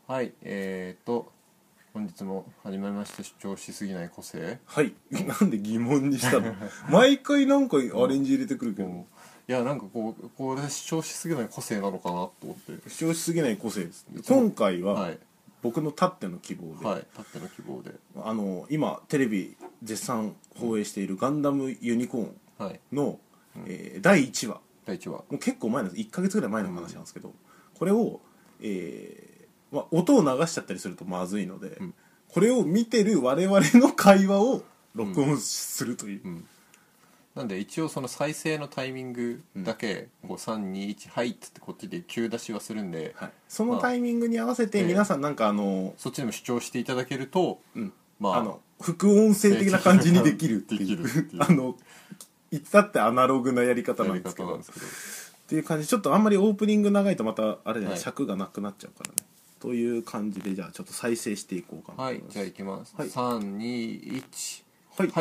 はい、本日も始まりまして、主張しすぎない個性。 はい。なんで疑問にしたの毎回なんかアレンジ入れてくるけど、 いや、なんかこれ主張しすぎない個性なのかなと思って。 主張しすぎない個性です、ね、今回は、 はい、 僕のたっての希望で、 はい、たっての希望で、 今テレビ絶賛放映しているガンダムユニコーンの、第1話。 第1話。 もう結構前なんです。1ヶ月ぐらい前の話なんですけど、これを、音を流しちゃったりするとまずいので、これを見てる我々の会話を録音するという、 なんで一応その再生のタイミングだけ、321はいっつってこっちで急出しはするんで、 はい、そのタイミングに合わせて皆さんなんかそっちでも主張していただけると、 副音声的な感じにできるっていう言ったってアナログなやり方なんですけどっていう感じ。ちょっとあんまりオープニング長いとまたあれじゃない、尺がなくなっちゃうからねという感じで、じゃあちょっと再生していこうかなと思います。 はい、じゃあいきます、 はい、 321 はい、 はい。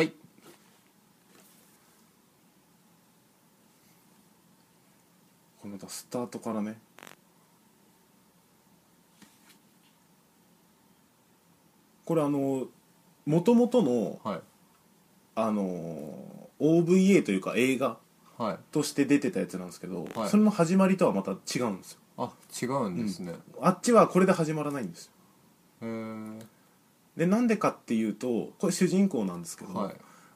これまたスタートからね、これ元々の、 はい、 OVA というか映画はい、 として出てたやつなんですけど、 はい、 それの始まりとはまた違うんですよ。 あ、違うんですね、 あっちはこれで始まらないんですよ。 へー。 でなんでかっていうと、これ主人公なんですけど、 はい、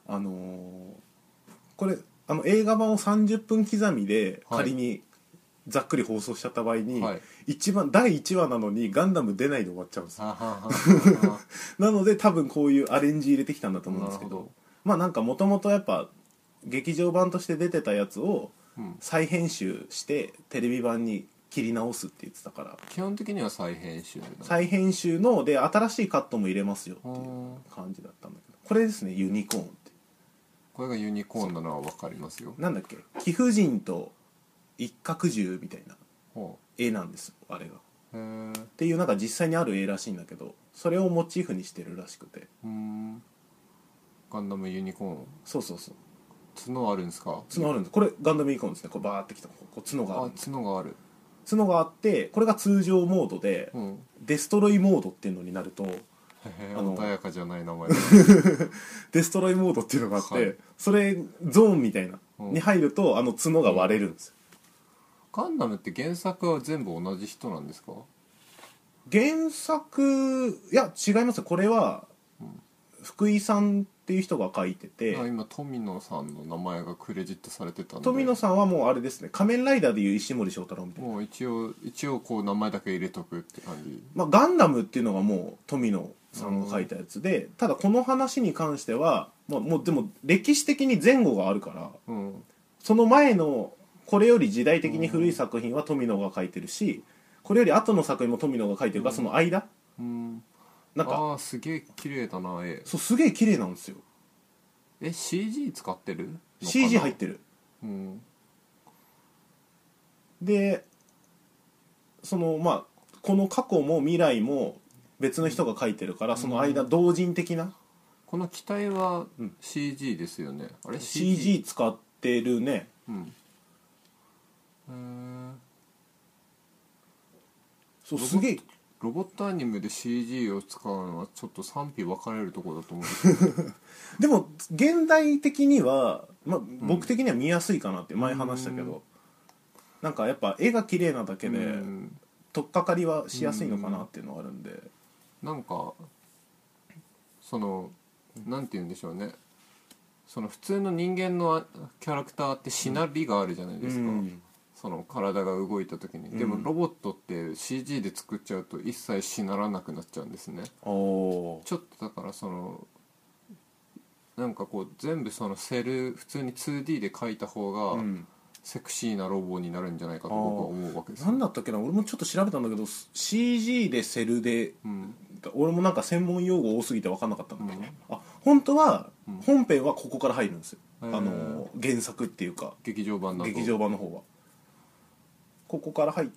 これ映画版を30分刻みではい仮にざっくり放送しちゃった場合に、 はい、 第1話なのにガンダム出ないで終わっちゃうんですよ。 はははなので多分こういうアレンジ入れてきたんだと思うんですけど、 なるほど。 まあなんかもともとやっぱ劇場版として出てたやつをうん再編集してテレビ版に切り直すって言ってたから、 基本的には再編集なの。 再編集ので新しいカットも入れますよっていう感じだったんだけど、これですね、ユニコーンって。 これがユニコーンなのは分かりますよ。 なんだっけ、貴婦人と一角獣みたいなほ絵なんですよあれが。 う。へー。 っていうなんか実際にある絵らしいんだけど、それをモチーフにしてるらしくて。 ガンダムユニコーン。 そうそうそう、 角あるんですか？ 角あるんです。これガンダムユニコーンですね。これバーってきたこう角がああ、 る。 角がある。 角があって、これが通常モードで、デストロイモードっていうのになると、 穏やかじゃない名前だ。 デストロイモードっていうのがあって、 はい、 それゾーンみたいなに入ると角が割れるんですよ。 ガンダムって原作は全部同じ人なんですか？ 原作いや違いますよ。これは、福井さんっていう人が書いてて、 今富野さんの名前がクレジットされてたんで。 富野さんはもうあれですね、仮面ライダーでいう石森章太郎みたいな。 もう一応こう名前だけ入れとくって感じ。 ガンダムっていうのがもう富野さんが書いたやつで、ただこの話に関しては、もうでも歴史的に前後があるから、その前のこれより時代的に古い作品は富野が書いてるし、これより後の作品も富野が書いてるから、その間、なんかすげえ綺麗だな絵。 そう、すげえ綺麗なんですよ。 CG 使ってるのかな？ CG 入ってる。でこの過去も未来も別の人が書いてるから、その間同人的な。 この機体は CG ですよね。あれ CG 使ってるね。そう、すげえロボットアニメで CG を使うのはちょっと賛否分かれるところだと思うんですけどでも現代的には、僕的には見やすいかなって前話したけど、なんかやっぱ絵が綺麗なだけで取っかかりはしやすいのかなっていうのがあるんで、 なんかなんて言うんでしょうね、普通の人間のキャラクターってしなりがあるじゃないですか、その体が動いた時に。でもロボットって CG で作っちゃうと一切しならなくなっちゃうんですね。ちょっとだからなんかこう全部セル普通に 2D で描いた方がセクシーなロボになるんじゃないかと僕は思うわけですよ。 なんだったっけな、俺もちょっと調べたんだけど CG でセルで、俺もなんか専門用語多すぎて分かんなかったんだけど、本当は本編はここから入るんですよ、原作っていうか劇場版だと。 劇場版の方はここから入って、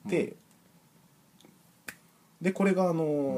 でこれが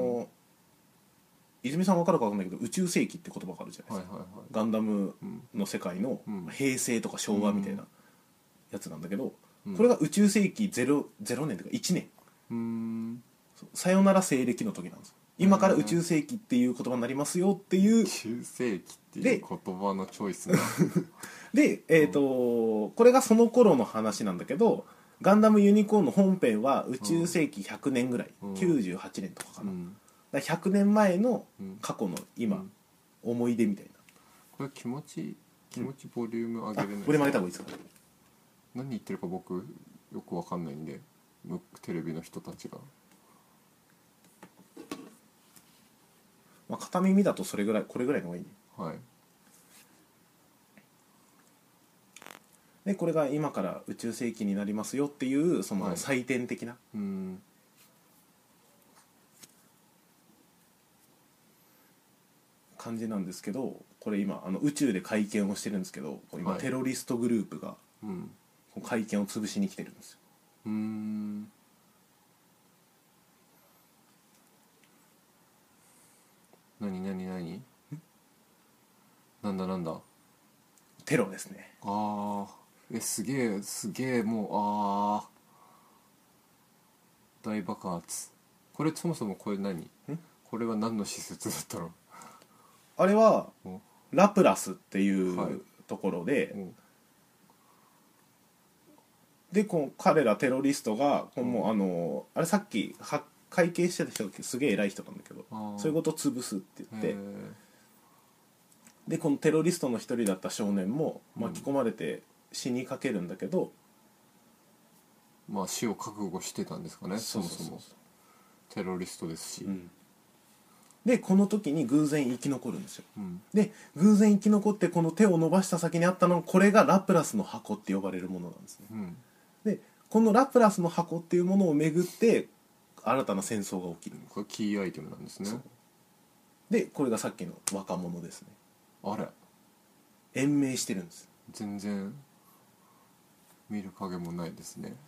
泉さん分かるか分かんないけど、宇宙世紀って言葉があるじゃないですか、ガンダムの世界の、平成とか昭和みたいなやつなんだけど、これが宇宙世紀 0年とか1年、 さよなら西暦の時なんです。今から宇宙世紀っていう言葉になりますよっていう。 宇宙世紀っていう言葉のチョイスがで、これがその頃の話なんだけど、ガンダムユニコーンの本編は宇宙世紀100年ぐらい、98年とかかな、だから100年前の過去の今、思い出みたいな。 これ気持ちボリューム上げれないですか？ ボリューム上げた方がいいですか？ 何言ってるか僕よくわかんないんで、テレビの人たちが、 まあ、片耳だとそれぐらい、これぐらいの方がいいね。 はい。 でこれが今から宇宙世紀になりますよっていうそのはい祭典的な、感じなんですけど、これ今宇宙で会見をしてるんですけど、今はいテロリストグループがうん会見を潰しに来てるんですよ。 何なんだテロですね。 ああ、すげえ、もう大爆発。これそもそもこれこれは何の施設だったの？ あれはうんラプラスっていはいうところで、 うんで彼らテロリストがもうあれさっき会計してた人がすげえ偉い人なんだけど、そういうことを潰すって言って、でこのテロリストの一人だった少年も巻き込まれて死にかけるんだけど、 まあ死を覚悟してたんですかね。そもそもテロリストですし、 でこの時に偶然生き残るんですよ。 うんで偶然生き残ってこの手を伸ばした先にあったのが、これがラプラスの箱って呼ばれるものなんですね。でこのラプラスの箱っていうものをめぐって新たな戦争が起きる。 これキーアイテムなんですね。 でこれがさっきの若者ですね。 あれ延命してるんです。 全然見る影もないですね。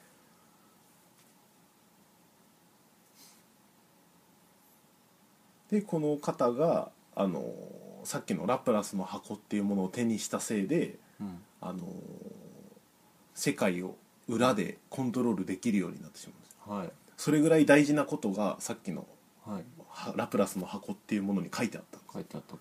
でこの方がさっきのラプラスの箱っていうものを手にしたせいで、世界を裏でコントロールできるようになってしまうんです。 はいそれぐらい大事なことがさっきのはいラプラスの箱っていうものに書いてあった書いてあったと。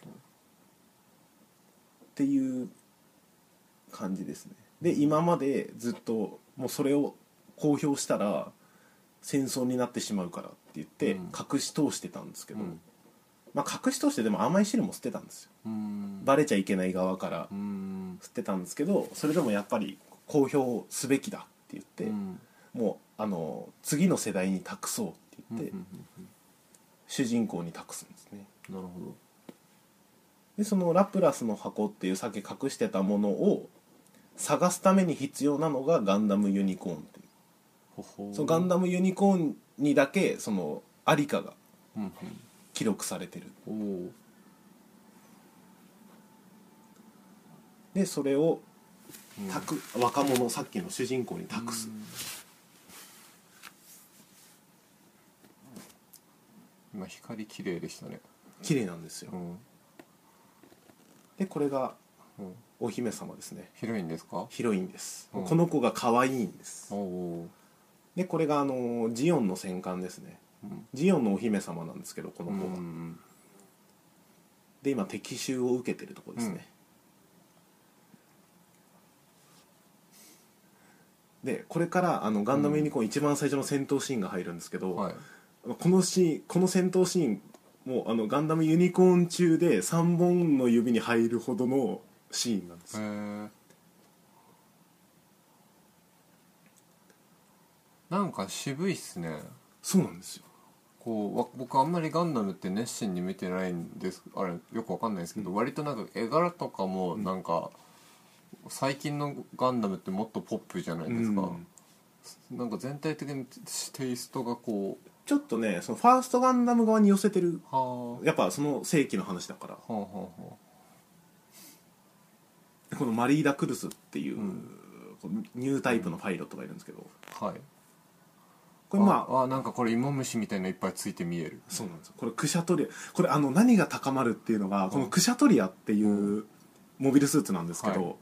っていう感じですね。で今までずっともうそれを公表したら戦争になってしまうからって言って隠し通してたんですけど、まあ隠し通してでも甘い汁も捨てたんですよ。バレちゃいけない側から捨てたんですけど、それでもやっぱり公表すべきだって言って、もう次の世代に託そうって言って、主人公に託すんですね。 なるほど。 でそのラプラスの箱っていうさっき隠してたものを探すために必要なのがガンダムユニコーンっていう、そのガンダムユニコーンにだけそのありかが記録されてる。でそれを若者、さっきの主人公に託す。 今光綺麗でしたね。 綺麗なんですよ。でこれがお姫様ですね。 ヒロインですか？ ヒロインです。この子が可愛いんです。でこれがジオンの戦艦ですね。ジオンのお姫様なんですけど、この子がで今敵襲を受けてるところですね。でこれからガンダムユニコーン一番最初の戦闘シーンが入るんですけど、この戦闘シーンもうガンダムユニコーン中で3本の指に入るほどのシーンなんですよ。 なんか渋いっすね。 そうなんですよ。 僕あんまりガンダムって熱心に見てないんです。あれよくわかんないですけど、割となんか絵柄とかもなんか、最近のガンダムってもっとポップじゃないですか。なんか全体的にテイストがちょっとね、そのファーストガンダム側に寄せてる。やっぱその世紀の話だから。このマリーダ・クルスっていう、ニュータイプのパイロットがいるんですけど、これなんかこれ芋虫みたいなのいっぱいついて見える。 そうなんですよ。これクシャトリア、これ何が高まるっていうのが、このクシャトリアっていうモビルスーツなんですけど、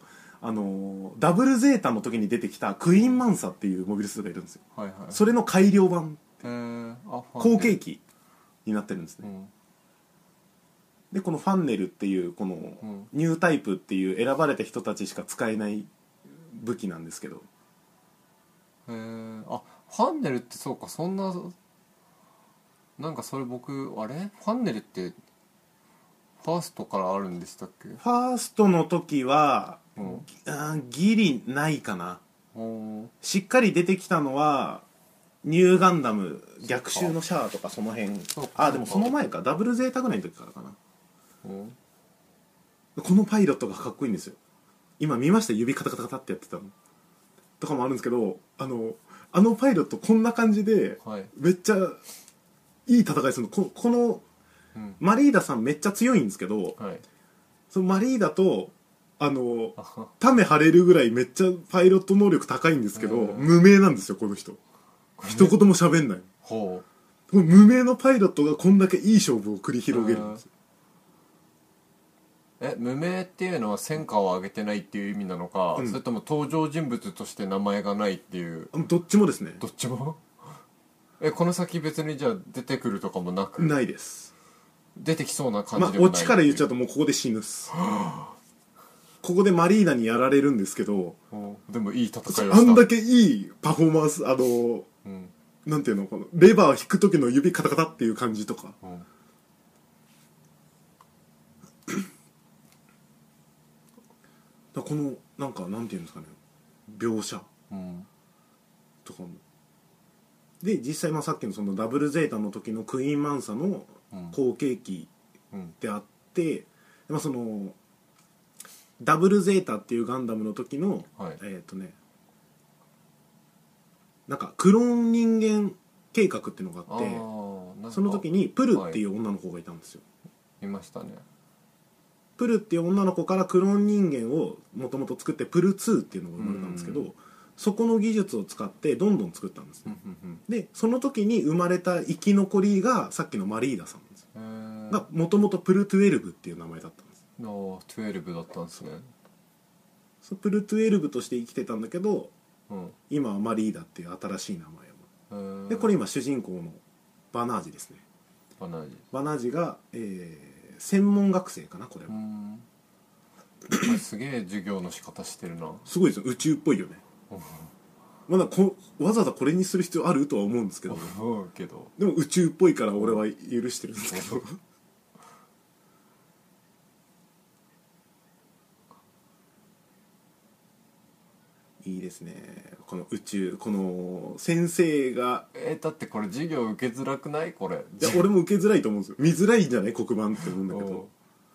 ダブルゼータの時に出てきたクイーンマンサっていうモビルスーツがいるんですよ。それの改良版って後継機になってるんですね、 うん、 でこのファンネルっていうこのニュータイプっていう選ばれた人たちしか使えない武器なんですけど、 ファンネルってそうか、そんな、なんかそれ僕あれファンネルってファーストからあるんでしたっけ？ ファーストの時は、 うんギリないかな。しっかり出てきたのはニューガンダム逆襲のシャアとかその辺。でもその前か、ダブルゼータぐらいの時からかな。このパイロットがかっこいいんですよ。今見ました？指カタカタカタってやってたのとかもあるんですけど、あのパイロットこんな感じで、 はい、 めっちゃいい戦いするの。この、マリーダさんめっちゃ強いんですけど、 はい、 そのマリーダとタメ張れるぐらいめっちゃパイロット能力高いんですけど、無名なんですよこの人。一言も喋んない。 ほう無名のパイロットがこんだけいい勝負を繰り広げるんですよ。 無名っていうのは戦果を上げてないっていう意味なのか、それとも登場人物として名前がないっていう？ どっちもですね。 どっちもこの先別にじゃあ出てくるとかもなく？ ないです。 出てきそうな感じでもない。 オチから言っちゃうともうここで死ぬっすここでマリーナにやられるんですけど、 でもいい戦いをした。 あんだけいいパフォーマンス、なんていうの、このレバー引く時の指カタカタっていう感じとか、このなんかなんていうんですかね、描写とかも、で実際さっきのそのダブルゼータの時のクイーンマンサの後継機であって、そのダブルゼータっていうガンダムの時の、なんかクローン人間計画っていうのがあって、その時にプルっていう女の子がいたんですよ。 いましたね。 プルっていう女の子からクローン人間をもともと作ってプル2っていうのが生まれたんですけど、そこの技術を使ってどんどん作ったんですね。でその時に生まれた生き残りがさっきのマリーダさんですが、もともとプル12っていう名前だったんです。 12だったんですね。 プル12として生きてたんだけど、今はマリーダっていう新しい名前を。でこれ今主人公のバナージですね。バナージが、専門学生かなこれは。 すげえ授業の仕方してるな。 すごいですよ、宇宙っぽいよねわざわざこれにする必要あるとは思うんですけどでも宇宙っぽいから俺は許してるんですけどいいですねこの宇宙、この先生がだってこれ授業受けづらくない？これいや俺も受けづらいと思うんですよ。見づらいんじゃない黒板って思うんだけど、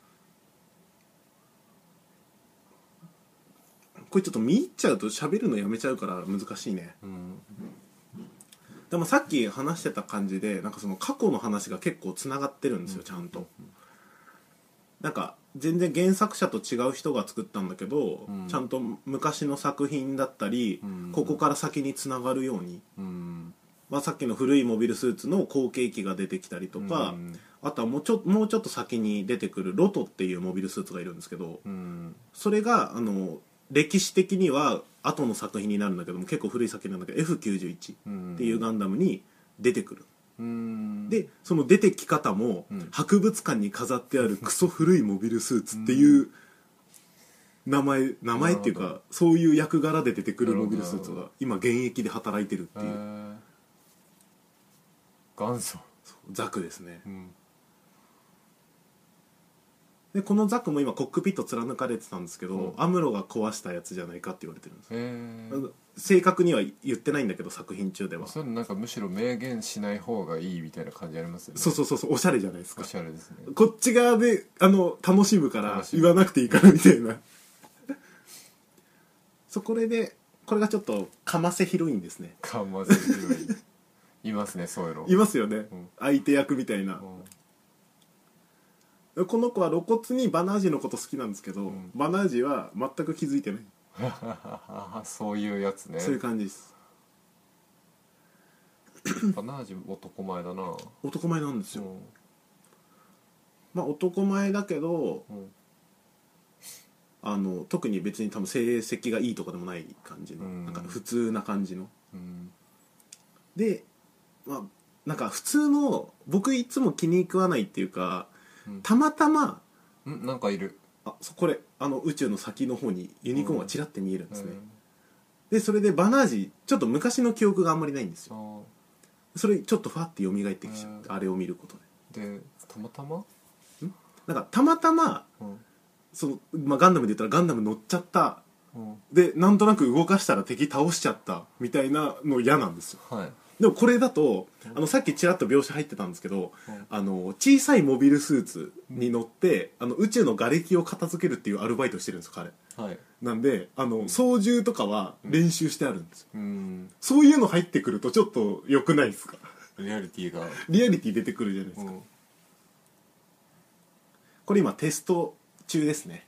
これちょっと見入っちゃうと喋るのやめちゃうから難しいね。でもさっき話してた感じでなんかその過去の話が結構つながってるんですよ、ちゃんと。なんか全然原作者と違う人が作ったんだけど、ちゃんと昔の作品だったり、ここから先につながるように、さっきの古いモビルスーツの後継機が出てきたりとか、あとはもうちょっと先に出てくるロトっていうモビルスーツがいるんですけど、それが歴史的には後の作品になるんだけども結構古い作品なんだけど F91 っていうガンダムに出てくる。でその出てき方も、博物館に飾ってあるクソ古いモビルスーツっていう名前っていうかそういう役柄で出てくるモビルスーツが今現役で働いてるっていう元祖ザクですね。でこのザクも今コックピット貫かれてたんですけど、アムロが壊したやつじゃないかって言われてるんです。正確には言ってないんだけど作品中では。 それなんかむしろ明言しない方がいいみたいな感じありますよね。 そうおしゃれじゃないですか。 おしゃれですね。 こっち側で楽しむから言わなくていいからみたいなこれがちょっとかませヒロインですね。 かませヒロインいますね、そういうのいますよね、相手役みたいな。この子は露骨にバナージのこと好きなんですけど、バナージは全く気づいてないそういうやつね。 そういう感じです。 バナージ男前だな。 男前なんですよ、男前だけど、特に別に多分成績がいいとかでもない感じの、なんか普通な感じの、でなんか普通の僕いつも気に食わないっていうか、 うん、 たまたまなんかいる。 これ宇宙の先の方にユニコーンがちらって見えるんですね、 うん、 でそれでバナージちょっと昔の記憶があんまりないんですよ。それちょっとファって蘇ってきちゃって、あれを見ることでたまたまなんかたまたま、そのガンダムで言ったらガンダム乗っちゃった、でなんとなく動かしたら敵倒しちゃったみたいなの嫌なんですよ、 はい、 でもこれだとさっきちらっと描写入ってたんですけど、小さいモビルスーツに乗って宇宙の瓦礫を片付けるっていうアルバイトをしてるんですよ彼、 はい、 なんで操縦とかは練習してあるんですよ、そういうの入ってくるとちょっと良くないですか？ リアリティ出てくるじゃないですか、これ今テスト中ですね。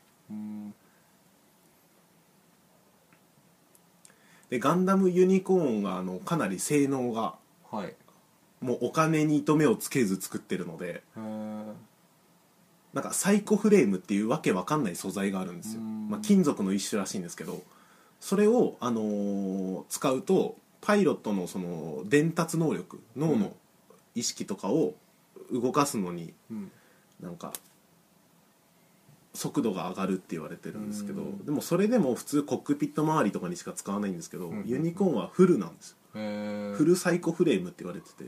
でガンダムユニコーンがかなり性能が、 はい、 もうお金に糸目をつけず作ってるので、なんかサイコフレームっていうわけわかんない素材があるんですよ、金属の一種らしいんですけど、それを、使うとパイロットのその伝達能力、脳の意識とかを動かすのに、なんか速度が上がるって言われてるんですけど、でもそれでも普通コックピット周りとかにしか使わないんですけど、ユニコーンはフルなんですよ。フルサイコフレームって言われてて、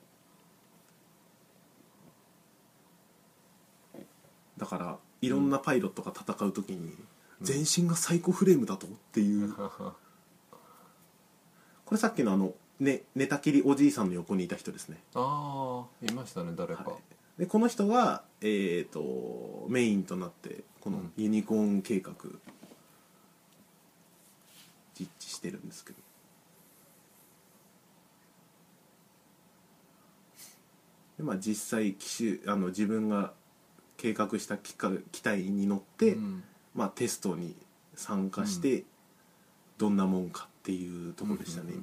だからいろんなパイロットが戦う時に全身がサイコフレームだとっていう、これさっきの寝たきりおじいさんの横にいた人ですね。 ああいましたね誰か、 でこの人が、メインとなってこのユニコーン計画実地してるんですけど、で、実際自分が計画した機体に乗って、テストに参加して、どんなもんかっていうところでしたね、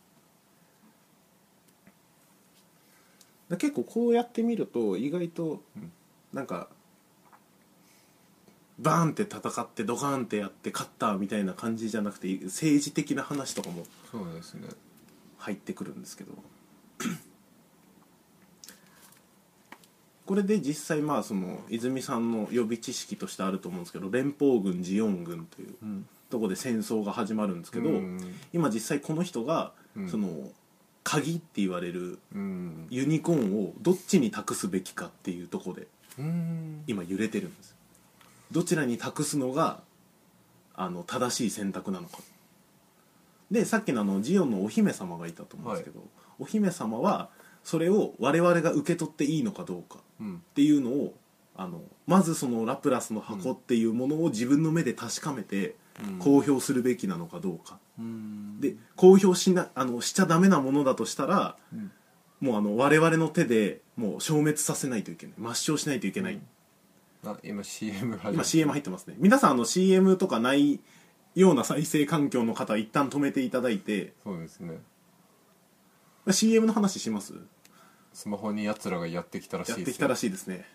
今。結構こうやって見ると意外となんかバーンって戦ってドカーンってやって勝ったみたいな感じじゃなくて、政治的な話とかもそうですね入ってくるんですけど、これで実際その泉さんの予備知識としてあると思うんですけど、連邦軍ジオン軍というところで戦争が始まるんですけど、今実際この人がその鍵って言われるユニコーンをどっちに託すべきかっていうところで今揺れてるんです。どちらに託すのが正しい選択なのかで、さっきのジオンのお姫様がいたと思うんですけど、お姫様はそれを我々が受け取っていいのかどうかっていうのをまずそのラプラスの箱っていうものを自分の目で確かめて公表するべきなのかどうか、で公表しちゃダメなものだとしたら、もう我々の手でもう消滅させないといけない、抹消しないといけない、 今 CM 入ってますね。皆さんCM とかないような再生環境の方は一旦止めていただいて。 そうですね。 CM の話します？ スマホにやつらがやってきたらしいですよ。 やってきたらしいですね。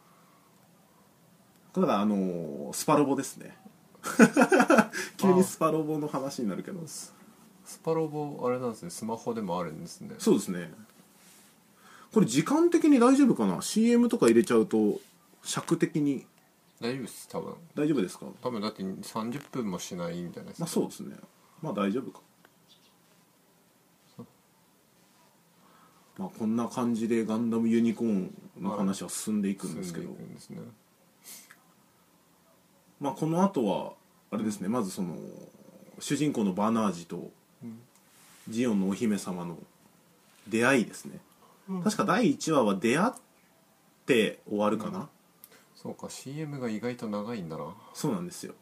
これがスパロボですね。急にスパロボの話になるけど、 スパロボあれなんですね、スマホでもあるんですね。 そうですね。これ時間的に大丈夫かな？ CM とか入れちゃうと尺的に大丈夫です。多分大丈夫ですか？ 多分だって30分もしないんじゃないですか。 そうですね。大丈夫か。こんな感じでガンダムユニコーンの話は進んでいくんですけど、この後はあれですね、まずその主人公のバナージとジオンのお姫様の出会いですね、確か第1話は出会って終わるかな、 そうか、 CM が意外と長いんだな。 そうなんですよ。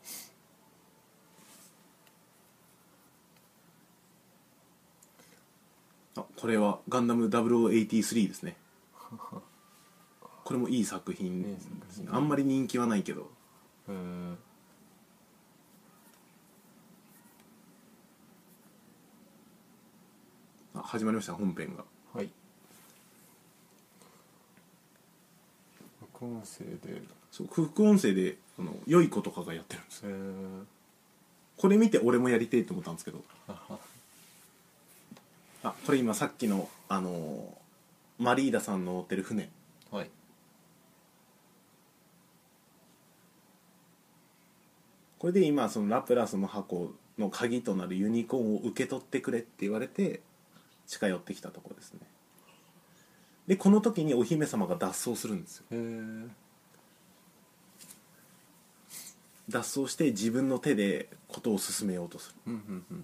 これはガンダム0083ですね。これもいい作品ですね。あんまり人気はないけど。始まりました、本編が。 はい。副音声で。 そう、副音声で良い子とかがやってるんです。これ見て俺もやりてえと思ったんですけど。これ今さっきのマリーダさんの乗ってる船、 はい、 これで今そのラプラスの箱の鍵となるユニコーンを受け取ってくれって言われて近寄ってきたところですね。でこの時にお姫様が脱走するんですよ。 へえ。 脱走して自分の手で事を進めようとする。 うんうんうん。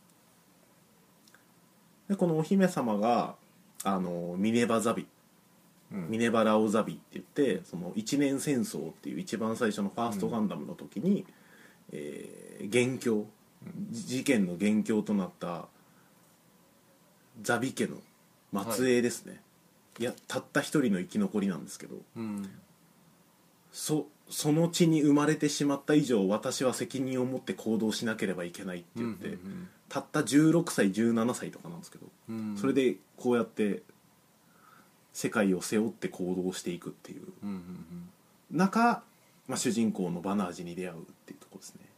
でこのお姫様がミネバザビ、ミネバラオザビって言ってその一年戦争っていう一番最初のファーストガンダムの時に、元凶、事件の元凶となったザビ家の末裔ですね、いやたった一人の生き残りなんですけど、その地に生まれてしまった以上私は責任を持って行動しなければいけないって言って、たった16歳17歳とかなんですけど、それでこうやって世界を背負って行動していくっていう中、主人公のバナージに出会うっていうところですね。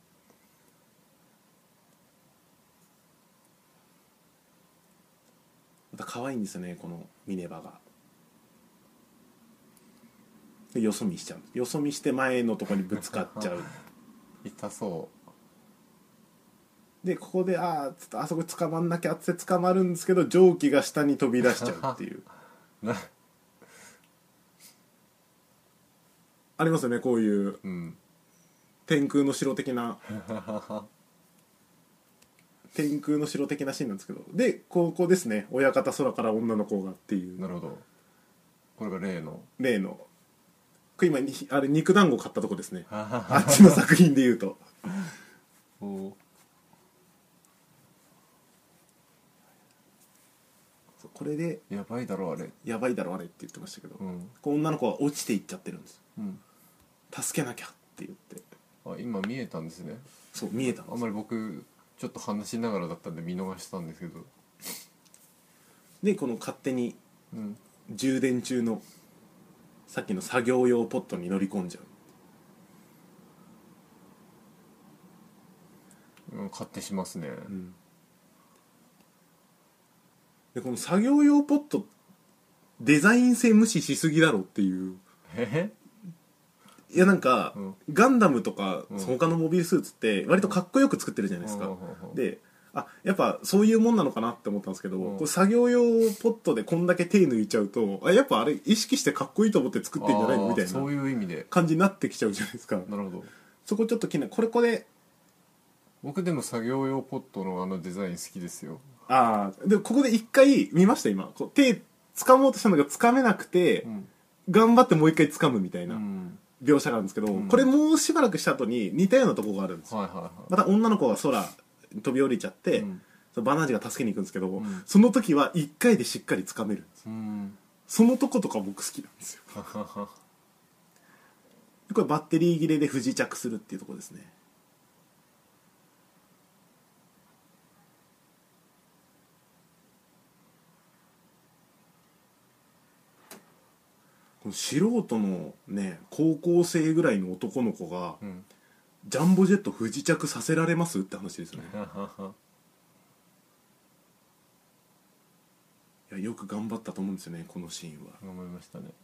また可愛いんですよねこのミネバが。でよそ見しちゃう、よそ見して前のところにぶつかっちゃう痛そでここであそこ捕まんなきゃって捕まるんですけど蒸気が下に飛び出しちゃうっていうう。 ありますよねこういう、 うん、 天空の城的な天空の城的なシーンなんですけど、でここですね、親方空から女の子がっていう。 なるほど。これが例のこれ今あれ肉団子買ったとこですねあっちの作品でいうとおこれでやばいだろあれ、 やばいだろあれって言ってましたけど、 うん、 こう女の子は落ちていっちゃってるんです、 うん、 助けなきゃって言って。 あ今見えたんですね。 そう見えたんです。 あんまり僕ちょっと話しながらだったんで見逃したんですけど、 でこの勝手に充電中のさっきの作業用ポットに乗り込んじゃうん、買ってしますね、 でこの作業用ポットデザイン性無視しすぎだろっていう。いやなんか、ガンダムとか、他のモビルスーツって割とかっこよく作ってるじゃないですか、でやっぱそういうもんなのかなって思ったんですけど、これ作業用ポットでこんだけ手抜いちゃうとやっぱあれ意識してかっこいいと思って作ってんじゃないのみたいなそういう意味で感じになってきちゃうじゃないですか。 なるほど。 そこちょっと気になる。これ僕でも作業用ポットのあのデザイン好きですよ。 でここで一回見ました今、こう手掴もうとしたのが掴めなくて、頑張ってもう一回掴むみたいな描写があるんですけど、これもうしばらくした後に似たようなとこがあるんですよ、また女の子が空飛び降りちゃって、そのバナージが助けに行くんですけど、その時は一回でしっかり掴めるんです、そのとことか僕好きなんですよこれバッテリー切れで不時着するっていうところですね。この素人のね高校生ぐらいの男の子が、ジャンボジェット不時着させられますって話ですよねいやよく頑張ったと思うんですよねこのシーンは。 頑張りましたね。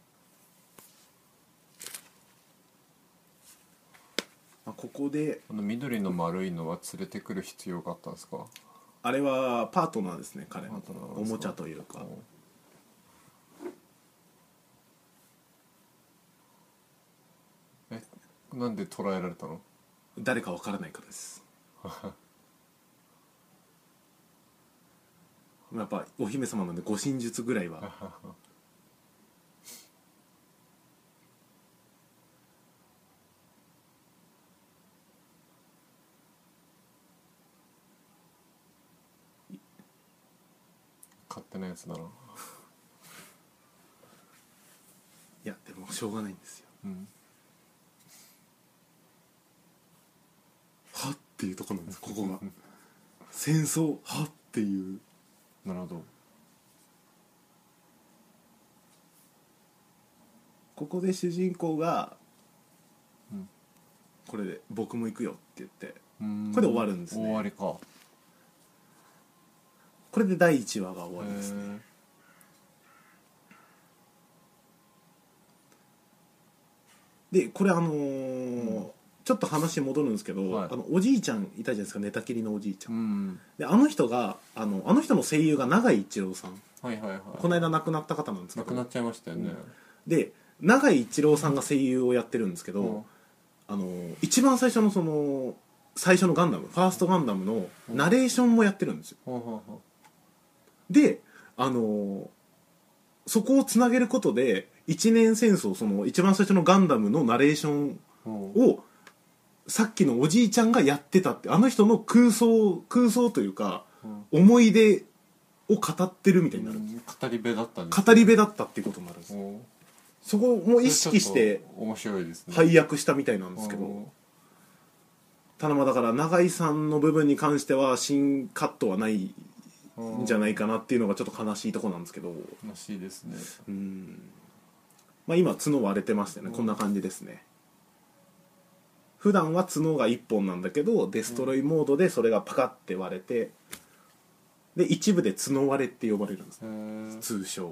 ここでこの緑の丸いのは連れてくる必要があったんですか？ あれはパートナーですね、彼のおもちゃというか。 なんで捕らえられたの？ 誰かわからないからですやっぱお姫様なんで護身術ぐらいは勝手なやつだな。 いやでもしょうがないんですよ、はっていうところなんですここが戦争はっていう。 なるほど。 ここで主人公が、これで僕も行くよって言ってこれで終わるんですね。 終わりか。 これで第1話が終わりですね。 でこれちょっと話戻るんですけど、 はい、 おじいちゃんいたじゃないですか、寝たきりのおじいちゃん、 うん、 であの人があの人の声優が永井一郎さん、 はいはいはい、 この間亡くなった方なんですけど、 亡くなっちゃいましたよね、 で永井一郎さんが声優をやってるんですけど、一番最初の最初のガンダム、ファーストガンダムのナレーションもやってるんですよ、でそこをつなげることで一年戦争、その一番最初のガンダムのナレーションをさっきのおじいちゃんがやってたって、あの人の空想というか、思い出を語ってるみたいになるんですよ、 語り部だったんです、 語り部だったっていうことになるんです。そこも意識して面白いですね、 配役したみたいなんですけど、ただまあだから永井さんの部分に関しては新カットはないんじゃないかなっていうのがちょっと悲しいところなんですけど、 悲しいですね。 まあ今角割れてましてね、こんな感じですね。普段は角が1本なんだけど、デストロイモードでそれがパカッて割れて、で一部で角割れって呼ばれるんですね、通称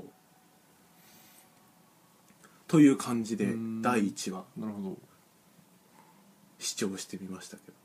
という感じで第1話なるほど視聴してみましたけど、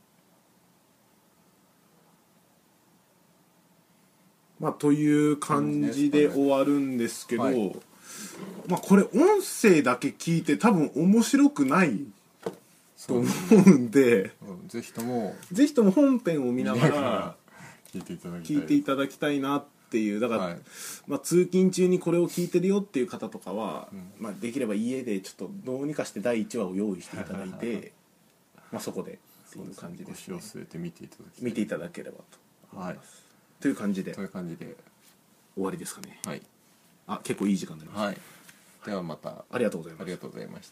まあという感じで終わるんですけど、はい、まあこれ音声だけ聞いて多分面白くないと思うんで、 ぜひとも本編を見ながら聞いていただきたいなっていう。だから、はい、まあ、通勤中にこれを聞いてるよっていう方とかは、まあ、できれば家でちょっとどうにかして第1話を用意していただいてまあそこでっていう感じですね。 腰を据えて見ていただければと思います、という感じで終わりですかね。 はい、 結構いい時間になりました、 はい、ではまたありがとうございました。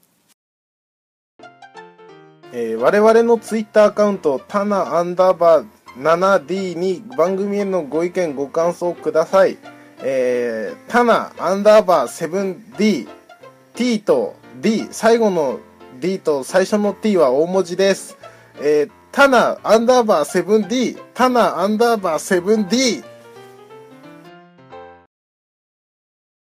我々のツイッターアカウントタナ_7D に番組へのご意見ご感想ください。タナ_7D T と D、 最後の D と最初の T は大文字です。タナ_7D タナ_7D